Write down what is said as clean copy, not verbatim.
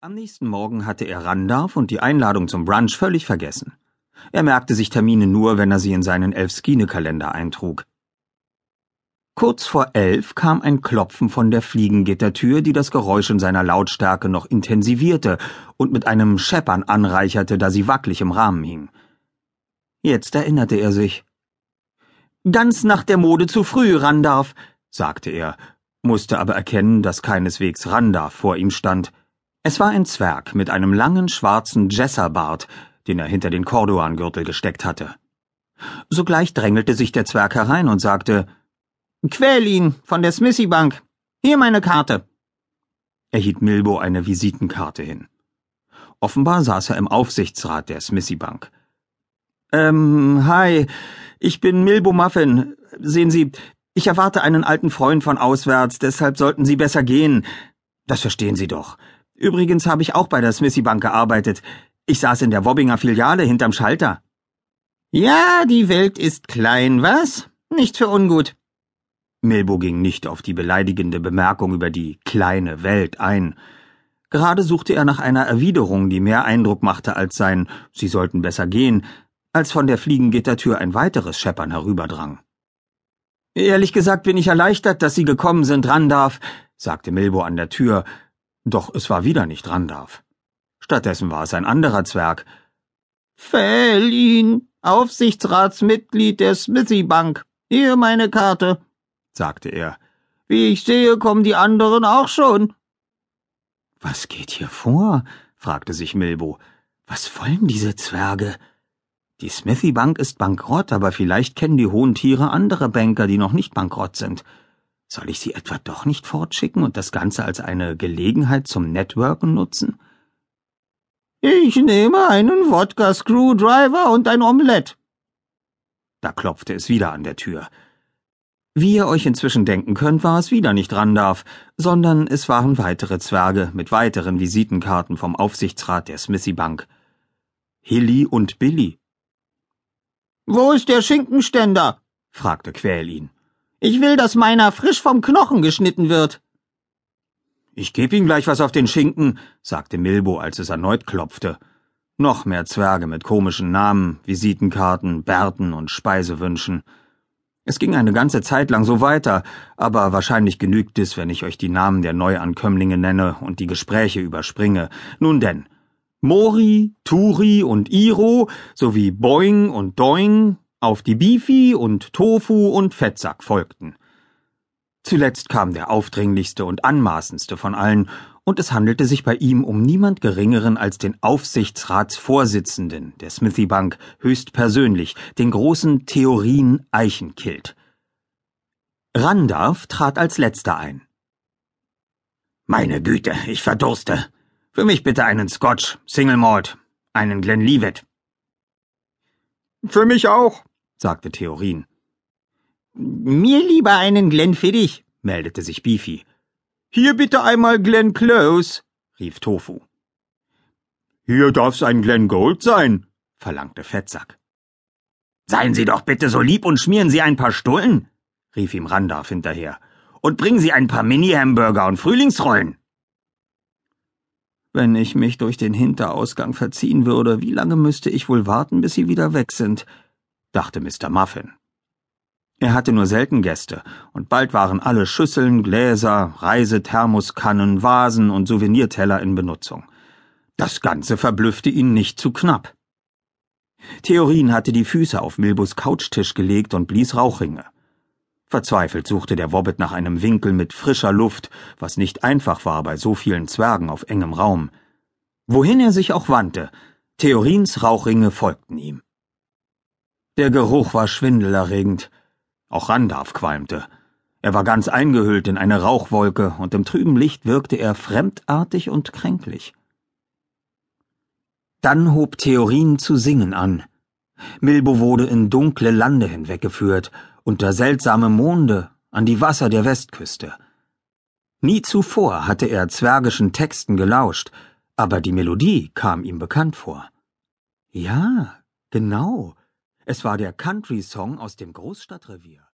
Am nächsten Morgen hatte er Randalf und die Einladung zum Brunch völlig vergessen. Er merkte sich Termine nur, wenn er sie in seinen Elfskine-Kalender eintrug. Kurz vor 11 kam ein Klopfen von der Fliegengittertür, die das Geräusch in seiner Lautstärke noch intensivierte und mit einem Scheppern anreicherte, da sie wackelig im Rahmen hing. Jetzt erinnerte er sich. »Ganz nach der Mode zu früh, Randalf«, sagte er, musste aber erkennen, dass keineswegs Randalf vor ihm stand. Es war ein Zwerg mit einem langen schwarzen Jesserbart, den er hinter den Corduan-Gürtel gesteckt hatte. Sogleich drängelte sich der Zwerg herein und sagte, »Quälin von der Smithy Bank. Hier meine Karte.« Er hielt Milbo eine Visitenkarte hin. Offenbar saß er im Aufsichtsrat der Smithy Bank. Hi, ich bin Milbo Muffin. Sehen Sie, ich erwarte einen alten Freund von auswärts, deshalb sollten Sie besser gehen. Das verstehen Sie doch. Übrigens habe ich auch bei der Smithy Bank gearbeitet. Ich saß in der Wobbinger Filiale hinterm Schalter.« »Ja, die Welt ist klein, was? Nichts für ungut.« Milbo ging nicht auf die beleidigende Bemerkung über die kleine Welt ein. Gerade suchte er nach einer Erwiderung, die mehr Eindruck machte als sein »Sie sollten besser gehen«, als von der Fliegengittertür ein weiteres Scheppern herüberdrang. »Ehrlich gesagt bin ich erleichtert, dass Sie gekommen sind, Randalf«, sagte Milbo an der Tür, doch es war wieder nicht Randalf. Stattdessen war es ein anderer Zwerg. »Quälin, Aufsichtsratsmitglied der Smithy Bank. Hier meine Karte«, sagte er. »Wie ich sehe, kommen die anderen auch schon.« »Was geht hier vor?«, fragte sich Milbo. »Was wollen diese Zwerge? Die Smithy Bank ist bankrott, aber vielleicht kennen die hohen Tiere andere Banker, die noch nicht bankrott sind. Soll ich sie etwa doch nicht fortschicken und das Ganze als eine Gelegenheit zum Networken nutzen?« »Ich nehme einen Wodka-Screwdriver und ein Omelett.« Da klopfte es wieder an der Tür. Wie ihr euch inzwischen denken könnt, war es wieder nicht Randalf, sondern es waren weitere Zwerge mit weiteren Visitenkarten vom Aufsichtsrat der Smithy Bank. Hilly und Billy. »Wo ist der Schinkenständer?«, fragte Quälin. »Ich will, dass meiner frisch vom Knochen geschnitten wird.« »Ich geb ihm gleich was auf den Schinken«, sagte Milbo, als es erneut klopfte. Noch mehr Zwerge mit komischen Namen, Visitenkarten, Bärten und Speisewünschen. Es ging eine ganze Zeit lang so weiter, aber wahrscheinlich genügt es, wenn ich euch die Namen der Neuankömmlinge nenne und die Gespräche überspringe. Nun denn, Mori, Turi und Iro sowie Boing und Doing, auf die Beefy und Tofu und Fettsack folgten. Zuletzt kam der aufdringlichste und anmaßendste von allen, und es handelte sich bei ihm um niemand Geringeren als den Aufsichtsratsvorsitzenden der Smithy Bank höchstpersönlich, den großen Theorin Eichenkilt. Randalf trat als letzter ein. »Meine Güte, ich verdurste. Für mich bitte einen Scotch, Single Malt, einen Glenlivet.« »Für mich auch«, sagte Theorin. »Mir lieber einen Glenfiddich«, meldete sich Beefy. »Hier bitte einmal Glen Close«, rief Tofu. »Hier darf's ein Glen Gold sein«, verlangte Fettsack. »Seien Sie doch bitte so lieb und schmieren Sie ein paar Stullen«, rief ihm Randalf hinterher. »Und bringen Sie ein paar Mini-Hamburger und Frühlingsrollen.« »Wenn ich mich durch den Hinterausgang verziehen würde, wie lange müsste ich wohl warten, bis Sie wieder weg sind?«, dachte Mr. Muffin. Er hatte nur selten Gäste, und bald waren alle Schüsseln, Gläser, Reisethermoskannen, Vasen und Souvenirteller in Benutzung. Das Ganze verblüffte ihn nicht zu knapp. Theorin hatte die Füße auf Milbos Couchtisch gelegt und blies Rauchringe. Verzweifelt suchte der Wobbit nach einem Winkel mit frischer Luft, was nicht einfach war bei so vielen Zwergen auf engem Raum. Wohin er sich auch wandte, Theorins Rauchringe folgten ihm. Der Geruch war schwindelerregend. Auch Randalf qualmte. Er war ganz eingehüllt in eine Rauchwolke, und im trüben Licht wirkte er fremdartig und kränklich. Dann hob Theorin zu singen an. Milbo wurde in dunkle Lande hinweggeführt, unter seltsame Monde, an die Wasser der Westküste. Nie zuvor hatte er zwergischen Texten gelauscht, aber die Melodie kam ihm bekannt vor. Ja, genau. Es war der Country-Song aus dem Großstadtrevier.